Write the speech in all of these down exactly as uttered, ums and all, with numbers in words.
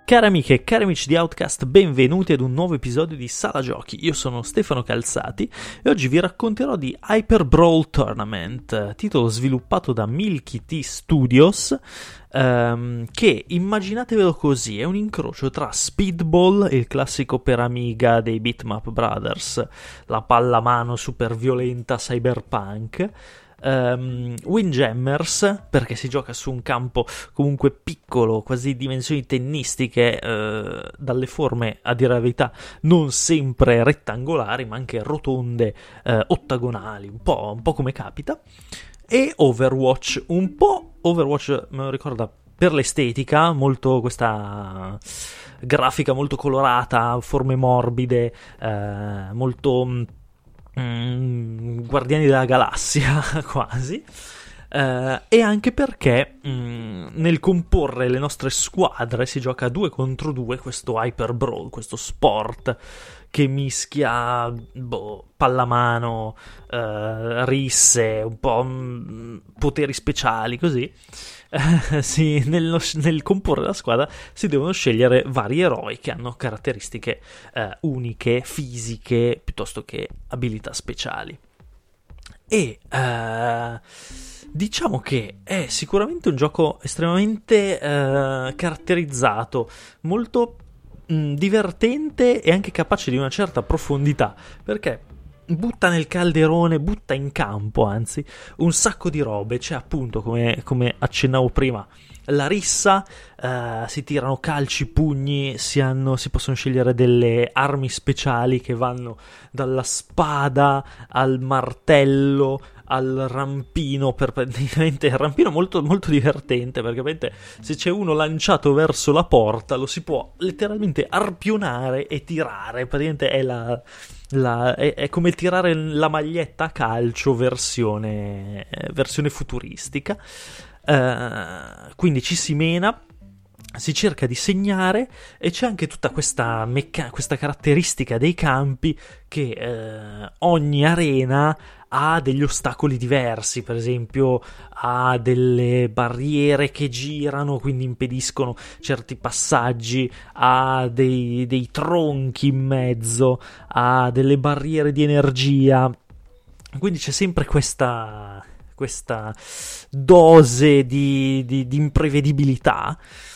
Cari amiche e cari amici di Outcast, benvenuti ad un nuovo episodio di Sala Giochi. Io sono Stefano Calzati e oggi vi racconterò di Hyper Brawl Tournament, titolo sviluppato da Milky T Studios, ehm, che immaginatevelo così, è un incrocio tra Speedball, il classico per Amiga dei Bitmap Brothers, la pallamano super violenta cyberpunk, Um, Windjammers, perché si gioca su un campo comunque piccolo, quasi dimensioni tennistiche, uh, dalle forme a dire la verità non sempre rettangolari ma anche rotonde, uh, ottagonali, un po', un po' come capita. E Overwatch, un po' Overwatch me lo ricorda per l'estetica, molto questa grafica molto colorata, forme morbide, uh, molto Mm, Guardiani della Galassia quasi, uh, e anche perché mm, nel comporre le nostre squadre si gioca a due contro due questo Hyper Brawl, questo sport che mischia boh, pallamano, uh, risse, un po' mh, poteri speciali così. Uh, sì, nel, nel comporre la squadra si devono scegliere vari eroi che hanno caratteristiche uh, uniche, fisiche, piuttosto che abilità speciali. E uh, diciamo che è sicuramente un gioco estremamente uh, caratterizzato, molto mh, divertente e anche capace di una certa profondità, perché butta nel calderone, butta in campo, anzi, un sacco di robe. C'è appunto, come, come accennavo prima, la rissa, uh, si tirano calci, pugni, si, hanno, si possono scegliere delle armi speciali che vanno dalla spada al martello al rampino. Per, praticamente il rampino è molto, molto divertente, perché se c'è uno lanciato verso la porta lo si può letteralmente arpionare e tirare. Praticamente è la... La, è, è come tirare la maglietta a calcio versione, versione futuristica. Uh, quindi ci si mena, si cerca di segnare e c'è anche tutta questa, mecca- questa caratteristica dei campi che uh, ogni arena ha degli ostacoli diversi. Per esempio ha delle barriere che girano, quindi impediscono certi passaggi, ha dei, dei tronchi in mezzo, ha delle barriere di energia, quindi c'è sempre questa, questa dose di, di, di imprevedibilità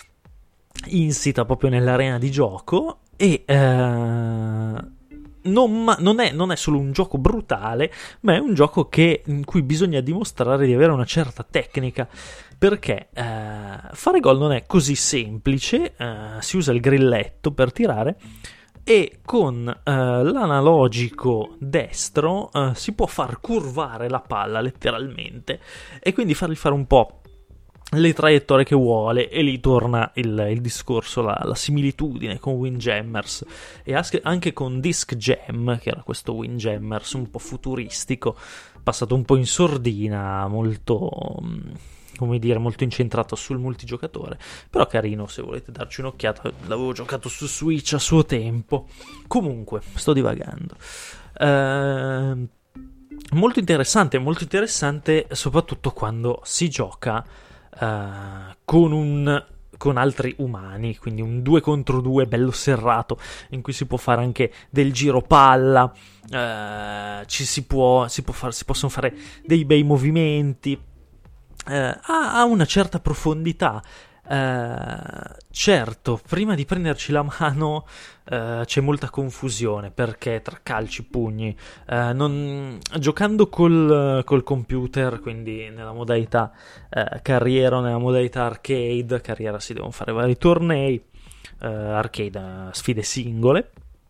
insita proprio nell'arena di gioco. E eh, Non, ma, non, è, non è solo un gioco brutale, ma è un gioco che, in cui bisogna dimostrare di avere una certa tecnica, perché eh, fare gol non è così semplice. Eh, si usa il grilletto per tirare e con eh, l'analogico destro eh, si può far curvare la palla letteralmente e quindi fargli fare un po' le traiettorie che vuole, e lì torna il, il discorso, la, la similitudine con Windjammers e anche con Disc Jam, che era questo Windjammers un po' futuristico, passato un po' in sordina, molto, come dire, molto incentrato sul multigiocatore, però carino se volete darci un'occhiata. L'avevo giocato su Switch a suo tempo. Comunque, sto divagando. Ehm... Molto interessante, molto interessante soprattutto quando si gioca Uh, con un con altri umani, quindi un due contro due bello serrato in cui si può fare anche del giro palla, uh, ci si può si può fare si possono fare dei bei movimenti, uh, ha, ha una certa profondità. Uh, certo, prima di prenderci la mano uh, c'è molta confusione, perché tra calci, pugni, uh, non, giocando col, col computer, quindi nella modalità uh, carriera o nella modalità arcade, carriera si devono fare vari tornei, uh, arcade uh, sfide singole,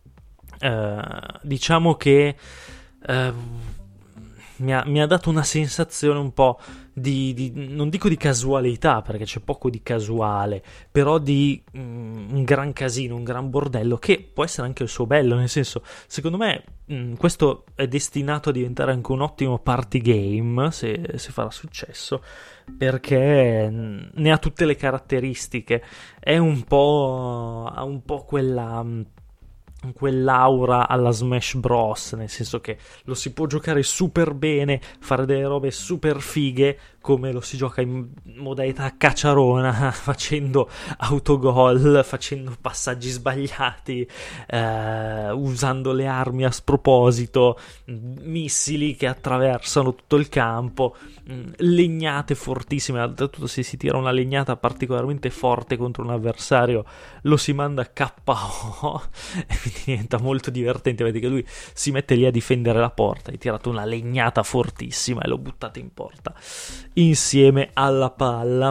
uh, diciamo che uh, mi ha, mi ha dato una sensazione un po' di, di non dico di casualità, perché c'è poco di casuale, però di mm, un gran casino, un gran bordello, che può essere anche il suo bello, nel senso, secondo me mh, questo è destinato a diventare anche un ottimo party game se, se farà successo, perché mh, ne ha tutte le caratteristiche. È un po' ha un po' quella mh, quell'aura alla Smash Bros, nel senso che lo si può giocare super bene, fare delle robe super fighe come lo si gioca in modalità cacciarona, facendo autogol, facendo passaggi sbagliati, eh, usando le armi a sproposito, missili che attraversano tutto il campo, legnate fortissime. Oltretutto, se si tira una legnata particolarmente forte contro un avversario, lo si manda a K O e quindi diventa molto divertente. Vedi che lui si mette lì a difendere la porta, hai tirato una legnata fortissima e lo buttate in porta insieme alla palla.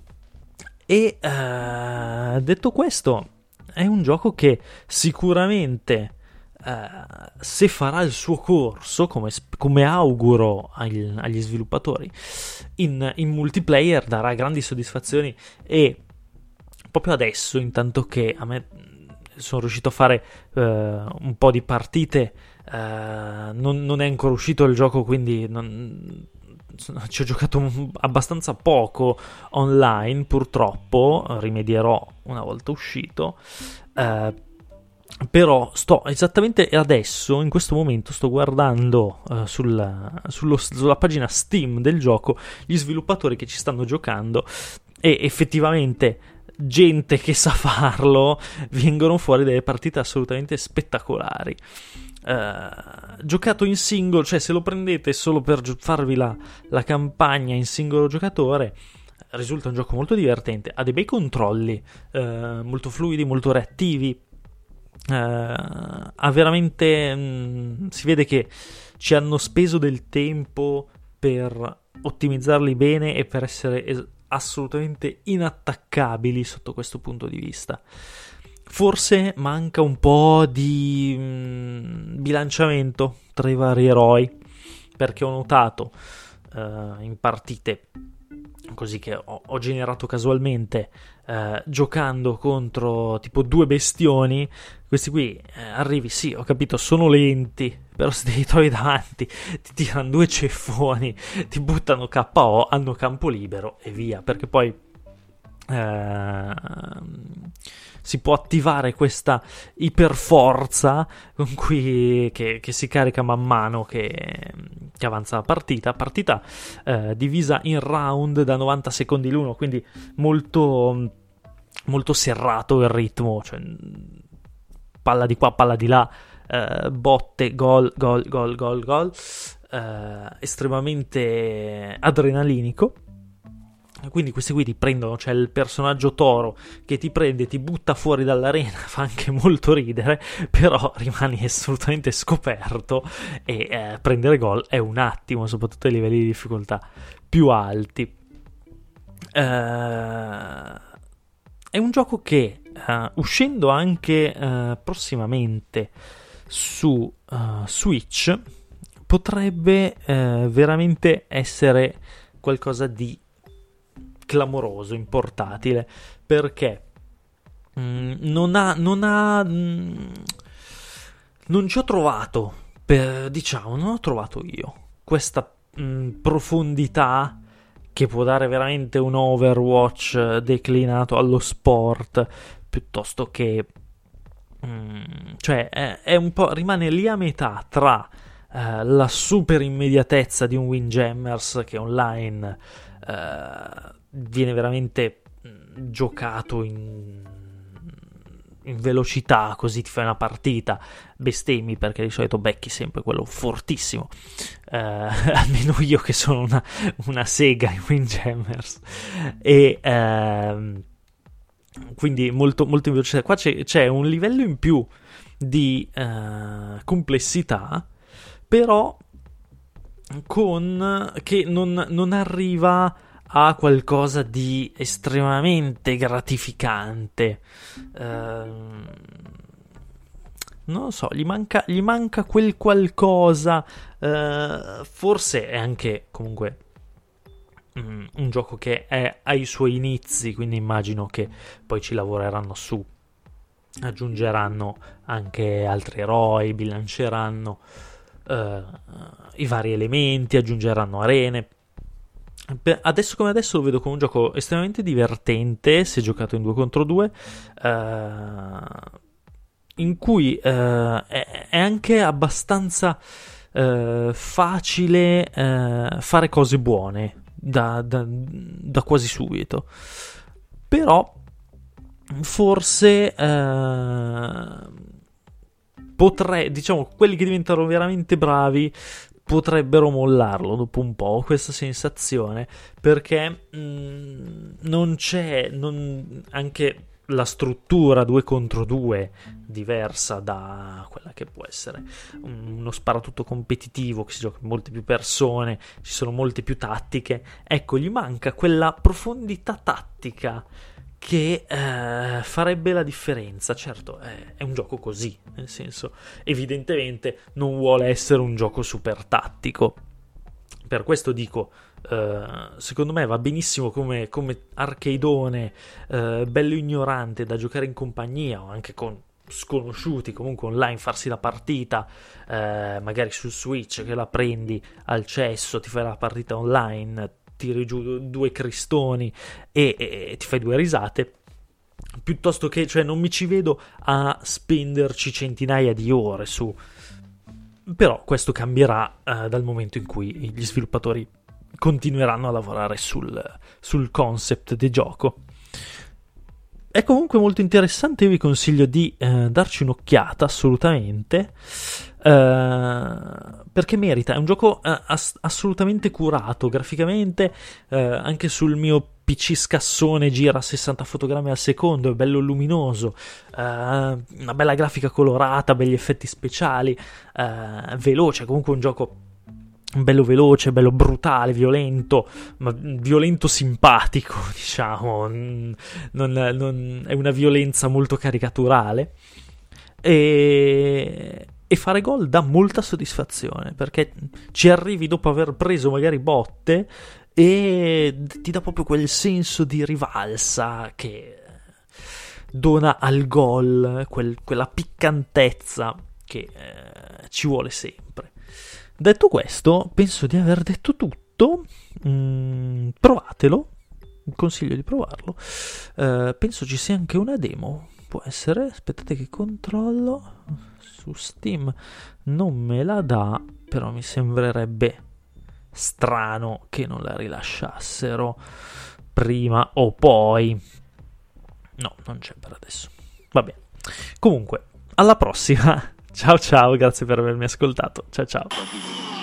E uh, detto questo, è un gioco che sicuramente uh, se farà il suo corso, come, come auguro agli, agli sviluppatori, in, in multiplayer darà grandi soddisfazioni. E proprio adesso, intanto che a me sono riuscito a fare uh, un po' di partite, uh, non, non è ancora uscito il gioco, quindi non, ci ho giocato abbastanza poco online, purtroppo. Rimedierò una volta uscito, uh, però sto esattamente adesso, in questo momento, sto guardando uh, sulla, sullo, sulla pagina Steam del gioco gli sviluppatori che ci stanno giocando, e effettivamente gente che sa farlo, vengono fuori delle partite assolutamente spettacolari. Uh, giocato in single, cioè se lo prendete solo per gio- farvi la, la campagna in singolo giocatore, risulta un gioco molto divertente, ha dei bei controlli, uh, molto fluidi, molto reattivi, uh, ha veramente mh, si vede che ci hanno speso del tempo per ottimizzarli bene e per essere es- assolutamente inattaccabili sotto questo punto di vista. Forse manca un po' di mh, bilanciamento tra i vari eroi, perché ho notato uh, in partite così che ho, ho generato casualmente, uh, giocando contro tipo due bestioni, questi qui uh, arrivi, sì, ho capito, sono lenti, però se te li trovi davanti ti tirano due ceffoni, ti buttano K O, hanno campo libero e via, perché poi Uh, si può attivare questa iperforza con cui che, che si carica man mano che, che avanza la partita partita uh, divisa in round da novanta secondi l'uno, quindi molto molto serrato il ritmo, cioè palla di qua, palla di là, uh, botte, gol, gol, gol, gol, gol, uh, estremamente adrenalinico. Quindi questi qui ti prendono, c'è il personaggio toro che ti prende, ti butta fuori dall'arena, fa anche molto ridere, però rimani assolutamente scoperto e eh, prendere gol è un attimo, soprattutto ai livelli di difficoltà più alti. Uh, è un gioco che uh, uscendo anche uh, prossimamente su uh, Switch potrebbe uh, veramente essere qualcosa di clamoroso in portatile, perché mh, non ha non ha mh, non ci ho trovato per, diciamo non ho trovato io questa mh, profondità che può dare veramente un Overwatch declinato allo sport, piuttosto che mh, cioè è, è un po', rimane lì a metà tra uh, la super immediatezza di un Windjammers che online uh, viene veramente giocato in, in velocità, così ti fai una partita, bestemmi perché di solito becchi sempre quello fortissimo, eh, almeno io che sono una, una sega in Windjammers, e ehm, quindi molto, molto in velocità. Qua c'è, c'è un livello in più di eh, complessità, però con che non, non arriva a qualcosa di estremamente gratificante. Uh, non lo so, gli manca, gli manca quel qualcosa. Uh, forse è anche comunque um, un gioco che è ai suoi inizi, quindi immagino che poi ci lavoreranno su, aggiungeranno anche altri eroi, bilanceranno uh, i vari elementi, aggiungeranno arene. Adesso come adesso lo vedo come un gioco estremamente divertente se giocato in due contro due, uh, in cui uh, è, è anche abbastanza uh, facile uh, fare cose buone da, da, da quasi subito. Però forse eh, potrei, diciamo, quelli che diventano veramente bravi potrebbero mollarlo dopo un po', questa sensazione, perché mh, non c'è non, anche la struttura due contro due diversa da quella che può essere uno sparatutto competitivo che si gioca con molte più persone, ci sono molte più tattiche. Ecco, gli manca quella profondità tattica che eh, farebbe la differenza. Certo, è, è un gioco così, nel senso, evidentemente non vuole essere un gioco super tattico. Per questo dico, eh, secondo me va benissimo come, come arcadeone, eh, bello ignorante da giocare in compagnia o anche con sconosciuti, comunque online, farsi la partita, eh, magari su Switch, che la prendi al cesso, ti fai la partita online, tiri giù due cristoni e, e, e ti fai due risate, piuttosto che, cioè, non mi ci vedo a spenderci centinaia di ore su. Però questo cambierà eh, dal momento in cui gli sviluppatori continueranno a lavorare sul, sul concept del gioco. È comunque molto interessante, io vi consiglio di eh, darci un'occhiata assolutamente, eh, perché merita. È un gioco eh, ass- assolutamente curato graficamente, eh, anche sul mio P C scassone gira a sessanta fotogrammi al secondo, è bello luminoso, eh, una bella grafica colorata, begli effetti speciali, eh, veloce, comunque un gioco bello veloce, bello brutale, violento, ma violento simpatico, diciamo, non, non, è una violenza molto caricaturale, e, e fare gol dà molta soddisfazione, perché ci arrivi dopo aver preso magari botte e ti dà proprio quel senso di rivalsa che dona al gol, quel, quella piccantezza che eh, ci vuole sempre. Detto questo, penso di aver detto tutto. Mm, provatelo, consiglio di provarlo. Uh, penso ci sia anche una demo, può essere, aspettate che controllo. Su Steam non me la dà, però mi sembrerebbe strano che non la rilasciassero prima o poi. No, non c'è per adesso. Va bene. Comunque, alla prossima. Ciao ciao, grazie per avermi ascoltato. Ciao ciao.